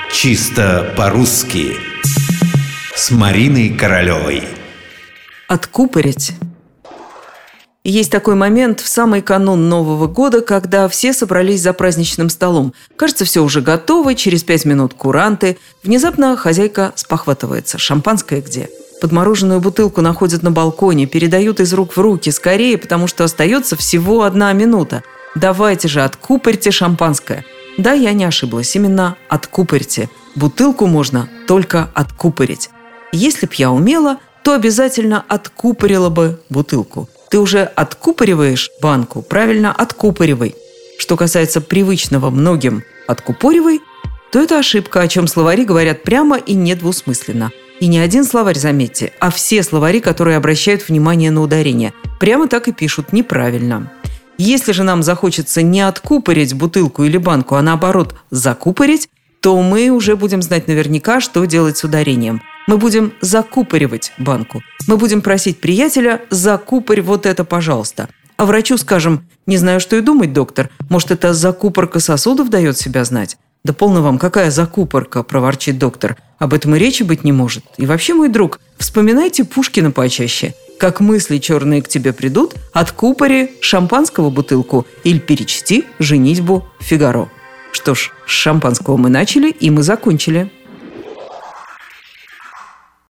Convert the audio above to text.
Чисто по-русски с Мариной Королевой. Откупорить. Есть такой момент в самый канун Нового года, когда все собрались за праздничным столом. Кажется, все уже готово, через 5 минут куранты. Внезапно хозяйка спохватывается. Шампанское где? Подмороженную бутылку находят на балконе, передают из рук в руки. Скорее, потому что остается всего 1 минута. Давайте же, откупорьте шампанское. Да, я не ошиблась, именно откупорьте. Бутылку можно только откупорить. Если б я умела, то обязательно откупорила бы бутылку. Ты уже откупориваешь банку, правильно, откупоривай. Что касается привычного многим «откупоривай», то это ошибка, о чем словари говорят прямо и недвусмысленно. И не один словарь, заметьте, а все словари, которые обращают внимание на ударение. Прямо так и пишут неправильно. Если же нам захочется не откупорить бутылку или банку, а наоборот закупорить, то мы уже будем знать наверняка, что делать с ударением. Мы будем закупоривать банку. Мы будем просить приятеля: закупорь вот это, пожалуйста. А врачу скажем: не знаю, что и думать, доктор. Может, это закупорка сосудов дает себя знать? Да полно вам, какая закупорка, проворчит доктор. Об этом и речи быть не может. И вообще, мой друг, вспоминайте Пушкина почаще. Как мысли черные к тебе придут, откупори шампанского бутылку или перечти «Женитьбу Фигаро». Что ж, с шампанского мы начали, и мы закончили.